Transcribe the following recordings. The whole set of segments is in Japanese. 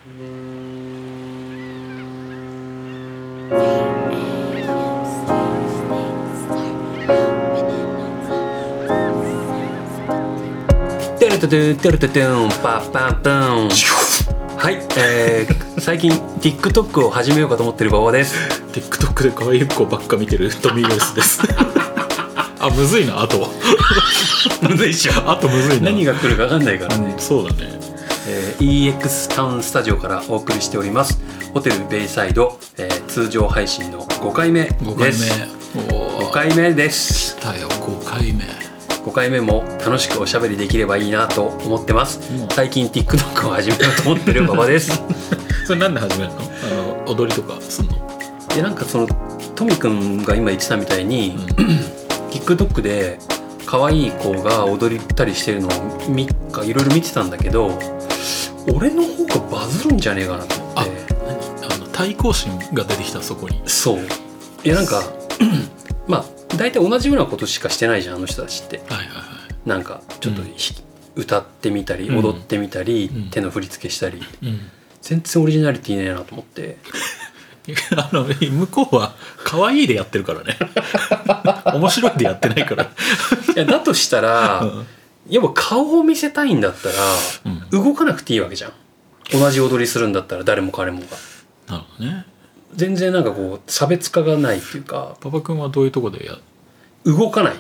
テルトトゥテルトトゥンパッパンパン。はい、最近 TikTok を始めようかと思ってる馬場です。 TikTok で可愛い子ばっか見てるトミー・ロイスですあ、むずいな、あとむずいっしょ。 あとむずいな、 何が来るか分かんないからね、 そうだね。 EX タウンスタジオからお送りしておりますホテルベイサイド、通常配信の5回目です。5回目です。 来たよ、5回目。 5回目も楽しくおしゃべりできればいいなと思ってます。最近 TikTok を始めようと思ってる馬場ですそれなんで始めるの？踊りとかすんの？ で、なんかそのトミ君が今言ってたみたいに、TikTok で可愛い子が踊ったりしてるのをいろいろ見てたんだけど、俺の方がバズるんじゃねえかなと思って。 対抗心が出てきた、そこに。 そう。いや、なんかまあ大体同じようなことしかしてないじゃん、あの人たちって。はいはいはい。なんかちょっと、歌ってみたり踊ってみたり、手の振り付けしたり、全然オリジナリティねえなと思って向こうは可愛いでやってるからね面白いでやってないからいや、だとしたら、やっぱ顔を見せたいんだったら、動かなくていいわけじゃん。同じ踊りするんだったら誰も彼もが。 なるほどね。 全然なんかこう差別化がないっていうか。 パパ君はどういうとこで動かない。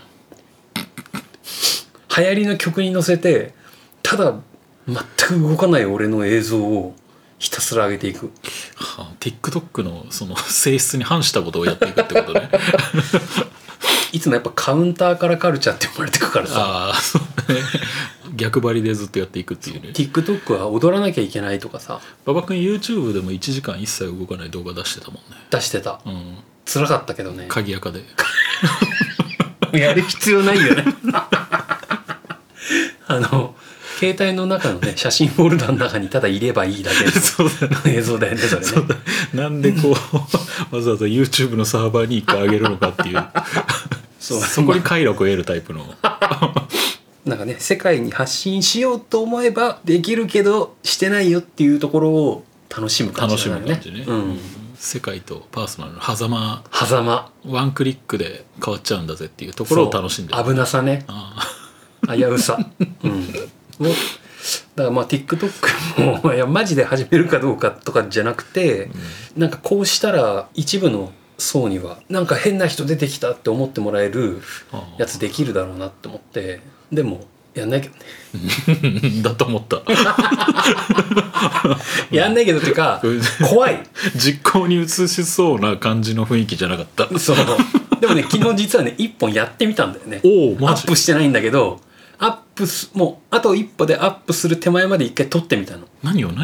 流行りの曲に乗せて、ただ全く動かない俺の映像をひたすら上げていく。 TikTok のその性質に反したことをやっていくってことねいつもやっぱカウンターからカルチャーって生まれてくからさ。 ああ、そうね。逆張りでずっとやっていくっていうね。 TikTok は踊らなきゃいけないとかさ。 馬場君 YouTube でも1時間一切動かない動画出してたもんね。 出してた。辛かったけどね。 鍵垢でやる必要ないよね携帯の中のね、写真フォルダの中にただいればいいだけの映像だよね、それね。 そうだ。なんでこうわざわざ YouTube のサーバーに1回上げるのかっていうそこに快楽を得るタイプのなんかね、世界に発信しようと思えばできるけどしてないよっていうところを楽しむ感じだよね。 楽しむ感じね、世界とパーソナルの狭間ワンクリックで変わっちゃうんだぜっていうところを楽しんでる。 危なさね、危うさだからまあ TikTok もいやマジで始めるかどうかとかじゃなくて、なんかこうしたら一部の層にはなんか変な人出てきたって思ってもらえるやつできるだろうなって思って、でもやんないけどねだと思ったやんないけどっていうか怖い実行に移しそうな感じの雰囲気じゃなかった。 そうでもね、昨日実はね1本やってみたんだよね。 マジ？ アップしてないんだけど、もうあと一歩でアップする手前まで一回撮ってみたの。 何を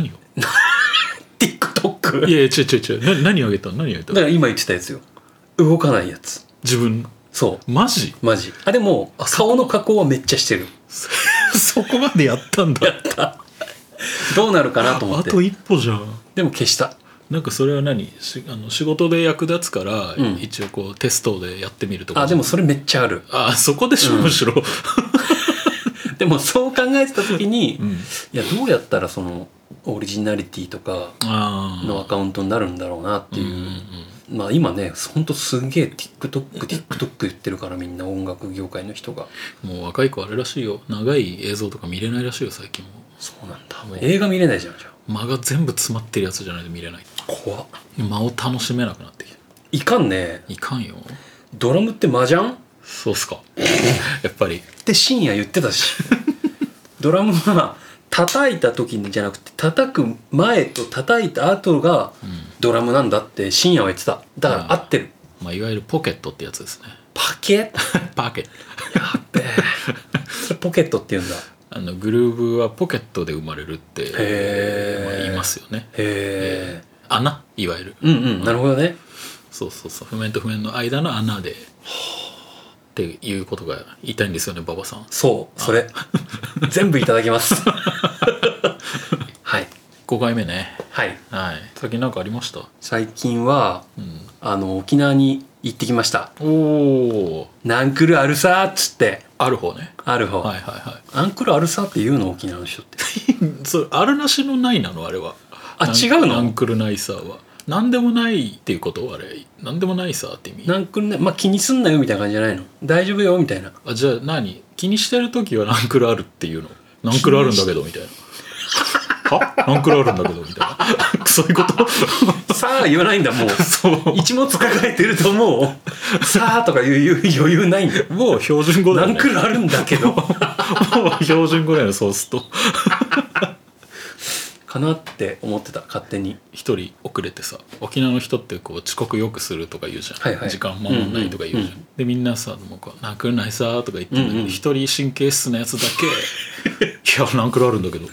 TikTok。 いやいや違う何あげたの？だから今言ってたやつよ、動かないやつ。 自分？ そう。 マジ。 でも顔の加工はめっちゃしてるそこまでやったんだ。 やった。どうなるかなと思って。 あと一歩じゃん。 でも消した。 なんかそれは仕事で役立つから、一応こうテストでやってみるとか。 でもそれめっちゃある。 そこで勝負しろ、 でもそう考えてた時に、いやどうやったらそのオリジナリティとかのアカウントになるんだろうなっていう、まあ今ねほんとすげえ TikTok 言ってるから、みんな音楽業界の人が。 もう若い子あれらしいよ、長い映像とか見れないらしいよ最近も。 そうなんだ。映画見れないじゃん。じゃあ間が全部詰まってるやつじゃないと見れない。 怖っ。 間を楽しめなくなってきた。 いかんね。 いかんよ。 ドラムって麻雀？ そうっすかやっぱりって深夜言ってたしドラムは叩いた時にじゃなくて叩く前と叩いた後がドラムなんだって深夜は言ってた。だから合ってる。 いわゆるポケットってやつですね。 パケッパケットやっべえそれポケットって言うんだ。 グルーブはポケットで生まれるって言いますよね。穴、いわゆる。 なるほどね。 そう譜面と譜面の間の穴でっていうことが言いたいんですよね、馬場さん。 そうそれ全部いただきますはい。 5回目ね。 はい。 最近何かありました？ 最近は、沖縄に行ってきました。ナンクルあるさーっつって。 ある方ね。 ある方。アンクルあるさって言うの沖縄の人ってそれあるなしのないなのあれは。 あ、違うの？ ナンクルナイサーは何でもないっていうこと？あれ何でもないさって意味？ ナンクルね、まあ気にすんなよみたいな感じじゃないの？大丈夫よみたいな。 あ、じゃあ何気にしてる時はナンクルあるっていうの？ナンクルあるんだけどみたいなはナンクルあるんだけどみたいなそういうことさあ言わないんだもう。 そう一物抱えてるともうさあとか言う余裕ないんだよ。 もう標準語だよね。 ナンクルあるんだけどもう標準語だよね、そうするとかなって思ってた、勝手に。 一人遅れてさ、沖縄の人ってこう遅刻よくするとか言うじゃん、 はいはい時間守んないとか言うじゃん、 うんうん、 でみんなさもうこうナンクルないさとか言ってんだけど、 うんうん、 一人神経質なやつだけいやナンクルあるんだけど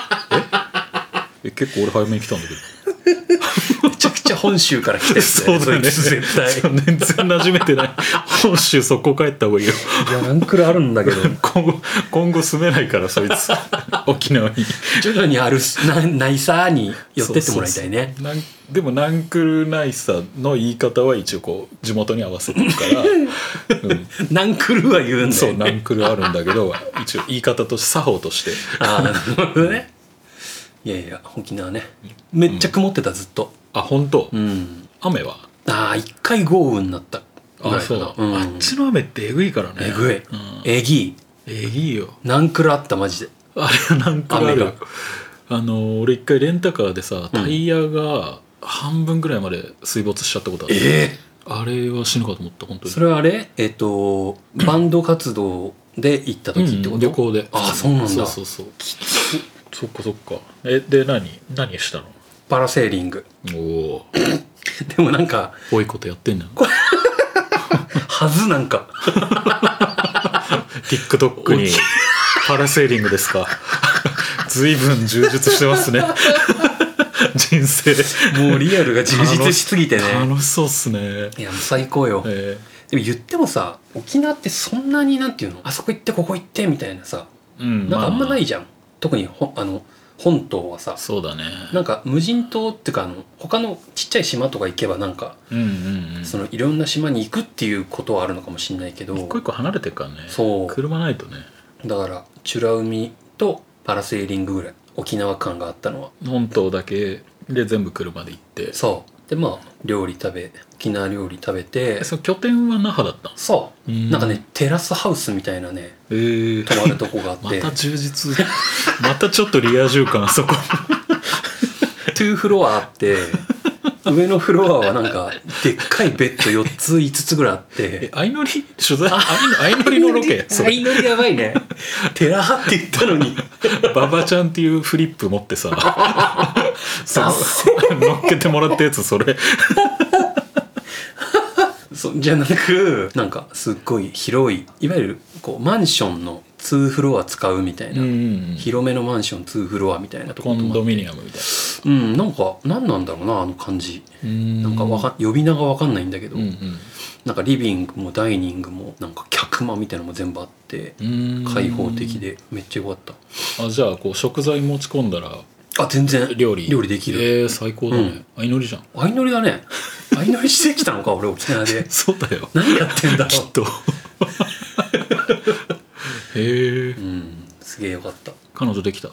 結構俺早めに来たんだけどめちゃくちゃ本州から来てる、ね、 そうだね、 絶対全然馴染めてない本州そこ帰った方がいいよ。 いやナンクルあるんだけど今後住めないからそいつ沖縄に徐々にあるナイサーに寄ってってもらいたいね。 そうでもナンクルナイサの言い方は一応こう地元に合わせてるから、うん、 ナンクルは言うんだよね。 そうナンクルあるんだけど一応言い方として作法としてああなるほどね。いやいや沖縄ねめっちゃ曇ってた、ずっと。 あ本当、 うん、 雨はああ一回豪雨になったぐらいかな。 そう、あっちの雨ってえぐいからね。 えぐい、えぎいえぎいよ。 ナンクルあったマジで。 あれはナンクルある。俺一回レンタカーでさタイヤが半分ぐらいまで水没しちゃったことある、あれは死ぬかと思った本当に。それはあれバンド活動で行った時ってこと？ 旅行で。 ああそうなんだ。 そうきつ。そっかそっか。で何したの？ パラセーリング。 おおでもなんか多いことやってんじゃんはず。なんか TikTok にパラセーリングですか随分充実してますね人生もうリアルが充実しすぎてね楽しそうっすね。 いやもう最高よ、でも言ってもさ沖縄ってそんなになんていうの、あそこ行ってここ行ってみたいなさ、なんかあんまないじゃん、特に本島はさ。 そうだね。 なんか無人島っていうか他のちっちゃい島とか行けばなんか、そのいろんな島に行くっていうことはあるのかもしれないけど、 一個一個離れてるからね。 そう車ないとね。 だから美ら海とパラセーリングぐらい沖縄感があったのは。 本島だけで全部車で行って。 そうでまあ沖縄料理食べて。 その拠点は那覇だった。 そうなんかねテラスハウスみたいなね、泊まるとこがあってまた充実またちょっとリア充感あそこ 2フロアあって上のフロアはなんかでっかいベッド4つ5つぐらいあって相乗り取材相乗りのロケ相乗りやばいねテラハって言ったのにババちゃんっていうフリップ持ってさ乗っけてもらったやつそれじゃなくなんかすっごい広いいわゆるこうマンションの2フロア使うみたいな、広めのマンション2フロアみたいなとこコンドミニアムみたいな、 なんか何なんだろうなあの感じ、なんか呼び名が分かんないんだけど、なんかリビングもダイニングもなんか客間みたいなのも全部あって開放的でめっちゃよかった。 あじゃあこう食材持ち込んだら全然料理できる。 最高だね、相乗りじゃん。 相乗りだね。相乗りしてきたのか俺沖縄でそうだよ。 何やってんだろうきっとへえ、 すげえよかった。 彼女できた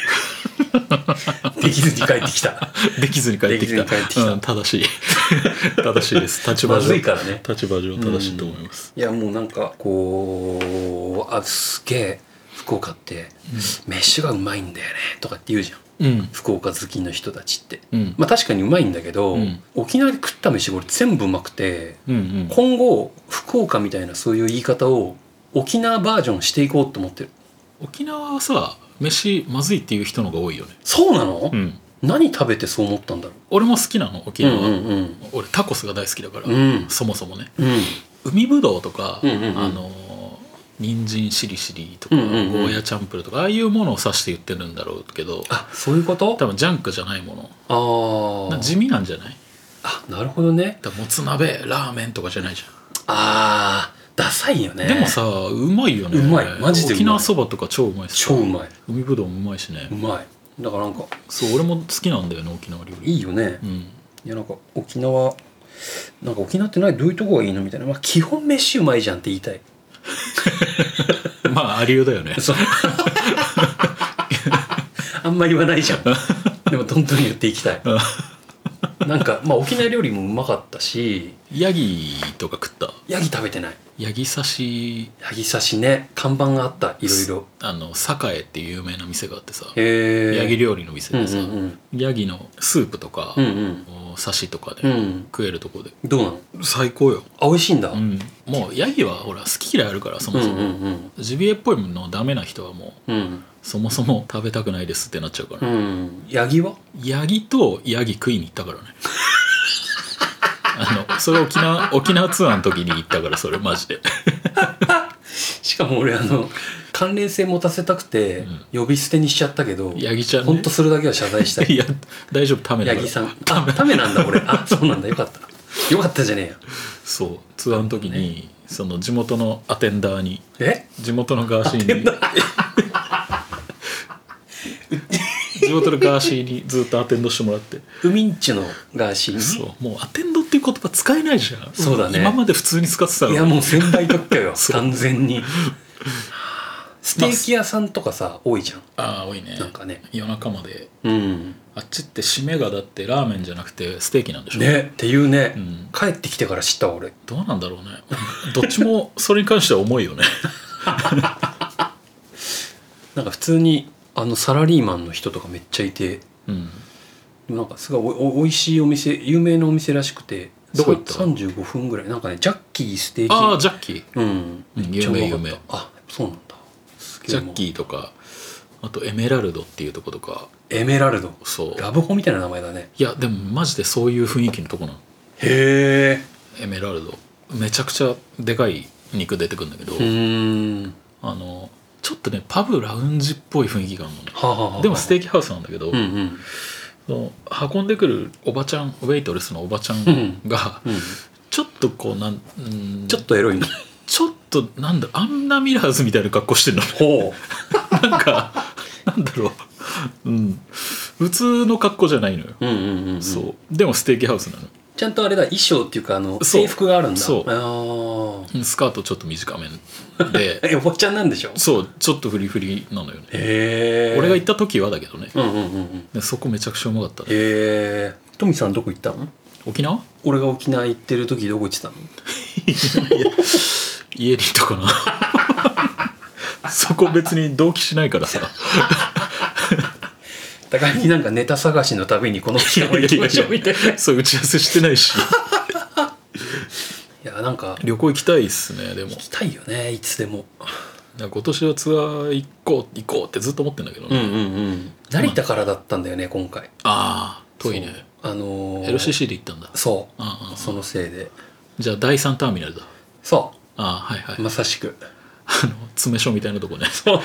できずに帰ってきたできずに帰ってきた、正しい正しいです。立場上まずいからね。 立場上正しいと思います、 いやもうなんかこうすげえ福岡って、飯がうまいんだよねとかって言うじゃん、福岡好きの人たちって、まあ確かにうまいんだけど、沖縄で食った飯これ全部うまくて、今後福岡みたいなそういう言い方を沖縄バージョンしていこうと思ってる。 沖縄はさ飯まずいっていう人のが多いよね。 そうなの？何食べてそう思ったんだろう。 俺も好きなの沖縄は、俺タコスが大好きだから、そもそもね、海ぶどうとか、人参しりしりとか、ゴーヤチャンプルとかああいうものを指して言ってるんだろうけど、 そういうこと？ 多分ジャンクじゃないもの、地味なんじゃない？ なるほどね。 もつ鍋ラーメンとかじゃないじゃん。 ダサいよね。 でもさうまいよね。 うまいマジでうまい。 沖縄そばとか超うまいし、 超うまい。 海ぶどうもうまいしね。 うまい。だからなんかそう俺も好きなんだよね沖縄料理。 いいよね、いやなんか沖縄ってどういうとこがいいのみたいな、基本飯うまいじゃんって言いたいまあありようだよねそうあんま言わないじゃんでもどんどん言っていきたい。なんかまあ沖縄料理もうまかったし。 ヤギとか食った？ ヤギ食べてない。 ヤギ刺し。 ヤギ刺しね、看板があった。いろいろ栄っていう有名な店があってさ、 へヤギ料理の店でさ、 うんうんうん、 ヤギのスープとか、 うんうん、 刺しとかで食えるとこで、 どうなの？ 最高よ。 あ、美味しいんだ。 もうヤギはほら好き嫌いあるから、そもそも、ジビエっぽいものダメな人はもう、そもそも食べたくないですってなっちゃうから、 ヤギは？ ヤギとヤギ食いに行ったからね。それ沖縄ツアーの時に行ったから、それマジで。 しかも俺関連性持たせたくて呼び捨てにしちゃったけど、 ヤギちゃんね、 ほんとそれだけは謝罪したい。 いや大丈夫、タメだから。 ヤギさん、タメなんだ俺。あ、そうなんだ、よかったよかったじゃねえよ。 そうツアーの時にその地元のアテンダーに、地元のガーシーに地元のガーシーにずっとアテンドしてもらって、 ウミンチュのガーシーに。 そうもうアテンドっていう言葉使えないじゃん。 そうだね、 今まで普通に使ってたの。 いやもう先輩特許よ完全に。ステーキ屋さんとかさ多いじゃん。 ああ多いね。 なんかね、 夜中まで、あっちって締めがだってラーメンじゃなくてステーキなんでしょねっていうね、帰ってきてから知ったわ俺。 どうなんだろうね。どっちもそれに関しては重いよね。 なんか普通にサラリーマンの人とかめっちゃいて、なんかすごいおいしいお店、有名なお店らしくて。 どこ行った？ 35 分ぐらい。なんかね、ジャッキーステーキ。 ああジャッキー、 有名有名。 あ、そうなんだ。 ジャッキーとか、あとエメラルドっていうとことか。 エメラルド、 そうラブホみたいな名前だね。 いやでもマジでそういう雰囲気のとこなの。 へえ。エメラルドめちゃくちゃでかい肉出てくるんだけど、ちょっとねパブラウンジっぽい雰囲気があるのね。でもステーキハウスなんだけど、運んでくるおばちゃん、ウェイトレスのおばちゃんが、ちょっとこうちょっとエロいの。 ちょっとなんだ、アンナ・ミラーズみたいな格好してるの。 ほうなんかなんだろう、普通の格好じゃないのよ。そうでもステーキハウスなの。 ちゃんとあれだ、衣装っていうか制服があるんだ。 そうスカートちょっと短めでおばちゃんなんでしょ。 そうちょっとフリフリなのよね。 へえ。 俺が行った時はだけどね。でそこめちゃくちゃうまかったね。 へえ。トミさんどこ行ったの？ 沖縄？ 俺が沖縄行ってる時どこ行ってたの？ 家にいたかな。そこ別に同期しないからさ。 互いになんかネタ探しのたびにこの日を行きましょうみたいな。 そう打ち合わせしてないし。 いやなんか旅行行きたいっすね。でも行きたいよね、いつでも。 今年はツアー行こうってずっと思ってんだけどね。 成田からだったんだよね今回。 ああ遠いね。LCC で行ったんだ。 そうそのせいで。 じゃあ第3ターミナルだ。 そう。 ああはいはい。 まさしく詰所みたいなとこね。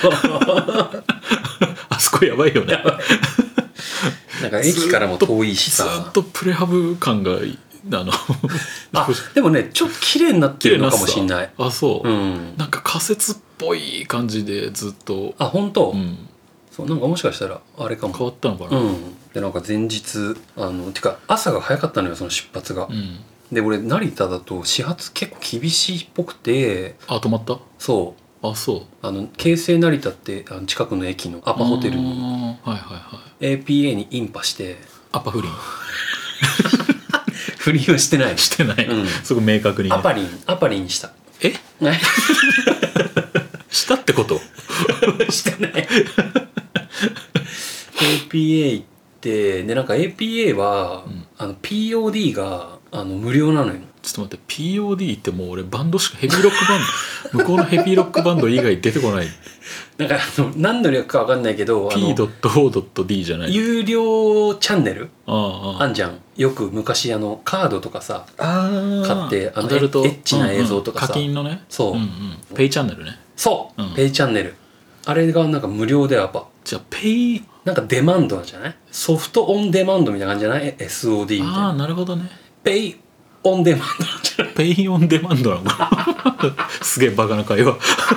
あそこやばいよね。 なんか駅からも遠いしさ、 ずっとプレハブ感があでもねちょっと綺麗になってるのかもしんない。 あそう、なんか仮設っぽい感じでずっと。 あ本当。そうなんかもしかしたらあれかも変わったのかな。 でなんか前日てか朝が早かったのよ、その出発が。で俺成田だと始発結構厳しいっぽくて。 あ泊まった？ そう。 あそう京成成田って近くの駅のアパホテルに APA にインパして。 アパ不倫。 不倫はしてない。 してない、そこ明確に、ね、 アパリンした。 えしたってこと？ してない。APA 行ってでなんか APA は、POD が無料なのよ。 ちょっと待って POD ってもう俺バンドしかヘビーロックバンド向こうのヘビーロックバンド以外出てこない。 なんか何の略か分かんないけど P.O.D じゃない。 有料チャンネルあんじゃん。よく昔カードとかさ買ってアダルトエッチな映像とかさ、 課金のね。 そう、 ペイチャンネルね。 そう、ペイチャンネルあれがなんか無料でアパ。 じゃあペイなんかデマンドなんじゃない？ソフトオンデマンドみたいな感じじゃない？ SOD みたいな。 あなるほどね。 ペイオンデマンドなんじゃない？ ペイオンデマンドなのか。すげえバカな会話。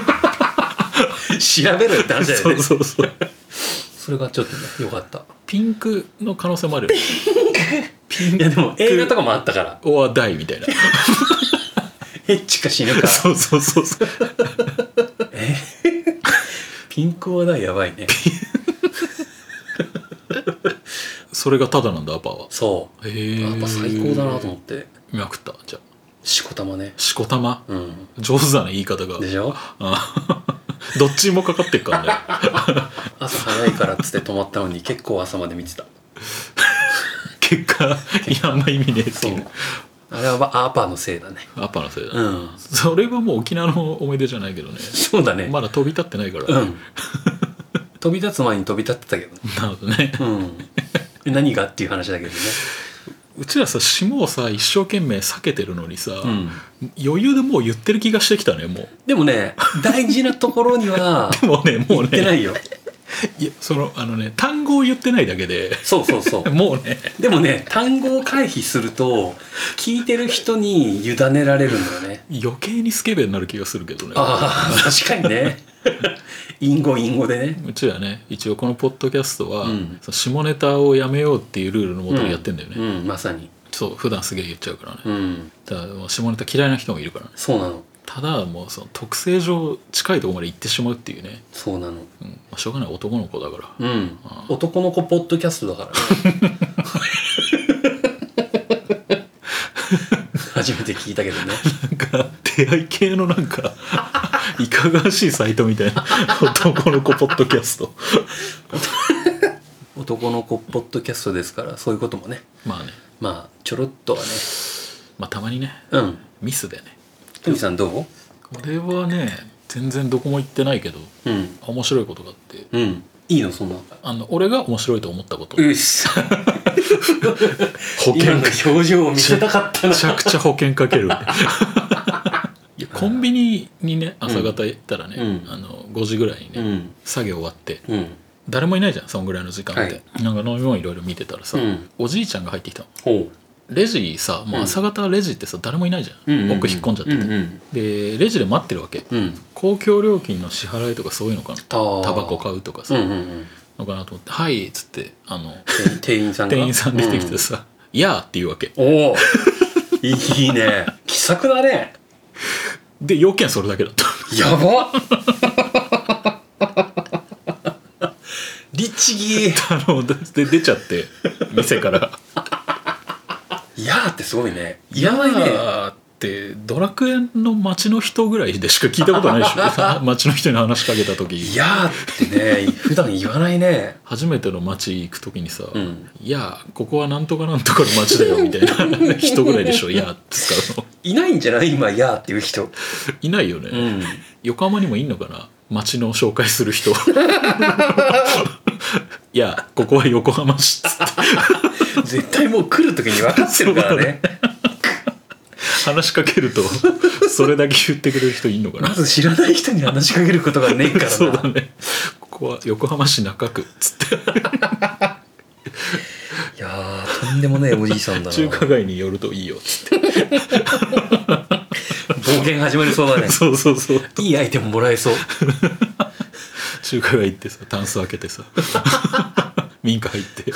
調べろよって話だよね。 そうそれがちょっとね良かった。 ピンクの可能性もあるよ。 ピンクいやでも映画とかもあったから。 オアダイみたいな。 エッチか死ぬか。 そうピンクオアダイやばいね。 それがタダなんだアパは。 そうへえ。 やっぱ最高だなと思って。 見まくった。じゃあしこたまね。 しこたま、 うん、 上手だね言い方が。 でしょ。 どっちもかかってっからね。 朝早いからっつって泊まったのに結構朝まで見てた。 結果あんま意味ねえっていう。 あれはアパのせいだね。 アパのせいだ、 うん、 それはもう沖縄の思い出じゃないけどね。 そうだね。 まだ飛び立ってないから、 うん、飛び立つ前に飛び立ってたけどね。 なるほどね、 うん、何がっていう話だけどね。 うちらさ霜をさ一生懸命避けてるのにさ、余裕でもう言ってる気がしてきたねもう。 でもね大事なところにはでもねもうね言ってないよ。 いや単語を言ってないだけで。 そうもうねでもね単語を回避すると聞いてる人に委ねられるんだよね。 余計にスケベになる気がするけどね。 ああ確かにね。隠語でね。 うちはね一応このポッドキャストは、その下ネタをやめようっていうルールのもとにやってんだよね、 まさに。 そう普段すげえ言っちゃうからね、だからもう下ネタ嫌いな人もいるからね。 そうなの。 ただもうその特性上近いところまで行ってしまうっていうね。 そうなの、 しょうがない男の子だから、 男の子ポッドキャストだからね。初めて聞いたけどね。 なんか出会い系のなんかいかがわしいサイトみたいな男の子ポッドキャスト。 男の子ポッドキャストですからそういうこともね。 まあね。 まあちょろっとはね。 まあたまにね。ミスでね。 トミさんどう？ これはね全然どこも行ってないけど、面白いことがあって。 いいのそんな。 俺が面白いと思ったこと。 うっす。保険の表情を見せたかったな。 めちゃくちゃ保険かける。コンビニにね朝方行ったらね、5時ぐらいにね、作業終わって、誰もいないじゃんそんぐらいの時間って、なんか飲み物いろいろ見てたらさ、おじいちゃんが入ってきたの。レジさもう朝方レジってさ誰もいないじゃん、奥引っ込んじゃってて、でレジで待ってるわけ、公共料金の支払いとかそういうのかな、タバコ買うとかさ、のかなと思って「はい」っつって店員さん出てきてさ「いや」って言うわけ。 おおいいね、気さくだね。 で要件それだけだった。 やば律儀。 で出ちゃって店からいやーってすごいね。いらないねってドラクエの街の人ぐらいでしか聞いたことないでしょ。街の人に話しかけた時いやーってね普段言わないね。 初めての街行く時にさ「いやここはなんとかなんとかの街だよ」みたいな人ぐらいでしょ「いや」って使うの。 いないんじゃない今「やー」っていう人。いないよね、横浜にもいんのかな街の紹介する人。いやここは横浜市っつって絶対もう来る時に分かってるからね。 話しかけるとそれだけ言ってくれる人いんのかな。 まず知らない人に話しかけることがねえからな。 そうだね。ここは横浜市中区っつって。いやーとんでもねえおじいさんだな。 中華街に寄るといいよっつって。 冒険始まりそうだね。 そういいアイテムもらえそう。 中華街行ってさタンス開けてさ民家入って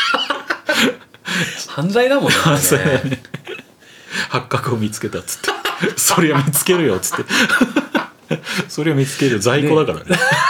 犯罪だもんね。 犯罪だね。八角を見つけたっつってそりゃ見つけるよっつってそりゃ見つける在庫だからね。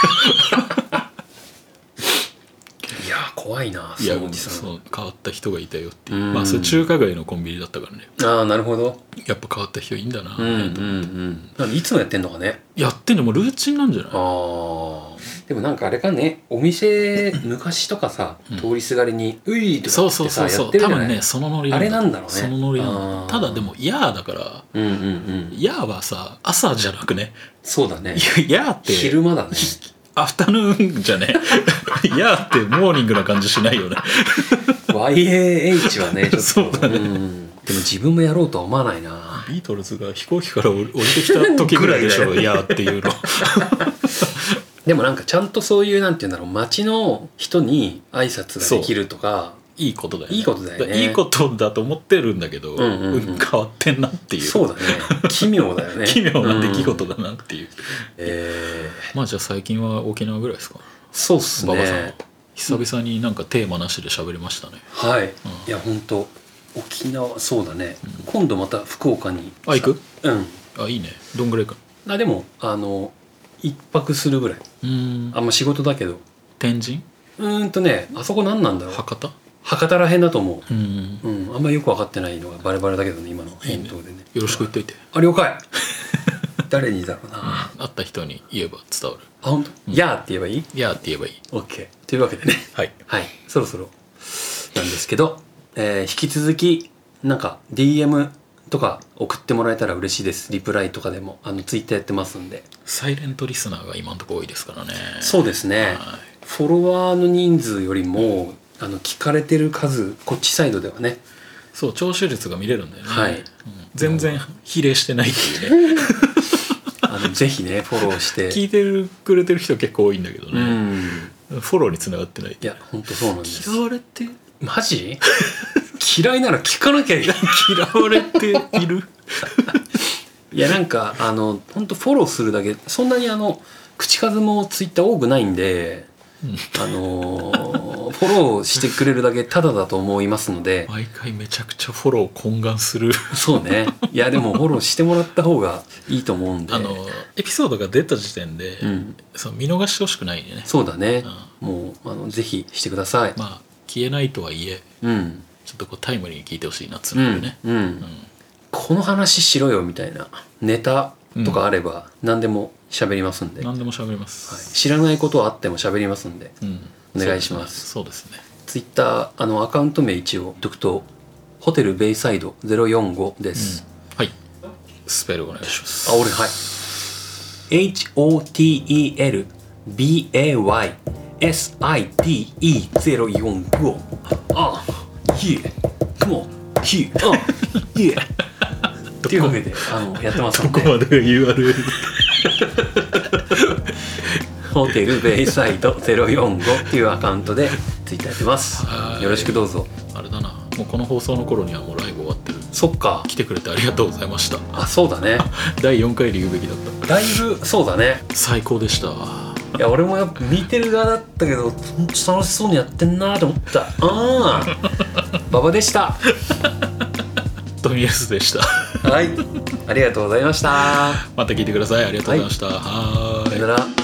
いや怖いな。 いやそう変わった人がいたよっていう。まあそれ中華街のコンビニだったからね。 ああなるほど。やっぱ変わった人いいんだな。 いつもやってんのかね。 やってんのもルーチンなんじゃない。 でもなんかあれかね、お店昔とかさ、通りすがりに「うい」とかってさやってるじゃない。 多分ねそのノリあれなんだろうね。 そのノリなんだ。ただでも「やー」だから「やー」はさ朝じゃなくね。 そうだね。 「やー」って昼間だね。 アフタヌーンじゃね。「やー」ってモーニングな感じしないよね。 YAH はねちょっとそうだね。 でも自分もやろうとは思わないな。 ビートルズが飛行機から降りてきた時ぐらいでしょ「やー」っていうの。 でもなんかちゃんとそういうなんていうんだろう、街の人に挨拶ができるとかいいことだよね。 いいことだよね。 いいことだと思ってるんだけど、変わってんなっていう。 そうだね。奇妙だよね。 奇妙な出来事だなっていう。まあじゃあ最近は沖縄ぐらいですか。 そうっすね。 馬場さん久々になんかテーマなしで喋りましたね。 はい。いや本当沖縄そうだね。今度また福岡に。 行く？ うん。 いいね。どんぐらいか。 でも一泊するぐらい。あんま仕事だけど。 天神？ ね、あそこ何なんだろう。 博多？ 博多らへんだと思う。 うんあんまりよく分かってないのがバレバレだけどね、今の返答でね。 よろしく言っといて。 あ、了解。誰にだろうな。 会った人に言えば伝わる。 あ、本当。やーって言えばいい？ いやーって言えばいい。 OK。というわけでね、 はいはいそろそろなんですけど、引き続きなんか DM とか送ってもらえたら嬉しいです。リプライとかでもツイッターやってますんで。 サイレントリスナーが今のところ多いですからね。 そうですね、 はいフォロワーの人数よりも聞かれてる数、こっちサイドではね。 そう聴取率が見れるんだよね、 はい全然比例してないっていうねぜひねフォローして聞いてくれてる人結構多いんだけどうね、 んフォローに繋がってない。 いや本当そうなんです。 嫌われてマジ嫌いなら聞かなきゃいい。 嫌われているいやなんか本当フォローするだけ、そんなに口数もツイッター多くないんで、フォローしてくれるだけタダだと思いますので。 毎回めちゃくちゃフォロー懇願するそうね。いやでもフォローしてもらった方がいいと思うんで。 エピソードが出た時点で、 うんそう見逃してほしくないんでね。 そうだね、もうぜひしてください。 まあ消えないとはいえうんちょっとこうタイムリーに聞いてほしいなっつうのでね、 この話しろよみたいなネタとかあれば何でも喋りますんで、 何でも喋ります、 はい、知らないことはあっても喋りますんで、お願いします。 そうですね。 ツイッターアカウント名一応言っとくとホテルベイサイド045です、 はいスペルお願いします。 あ、俺はい HOTELBAYSITE045 あいえもういえあいえっていうわけでやってますんで、 ここまでが URL ホテルベイサイド045っていうアカウントでツイッターやってます。よろしくどうぞ。 あれだな、もうこの放送の頃にはもうライブ終わってる。 そっか。 来てくれてありがとうございました。 あ、そうだね。 第4回で言うべきだった。 だいぶそうだね。 最高でした。 いや俺もやっぱ見てる側だったけど本当楽しそうにやってんなと思った。ああ馬場でした。 トミヤスでした。 はい、ありがとうございました。 また聞いてください。ありがとうございました。はーい。 さよなら。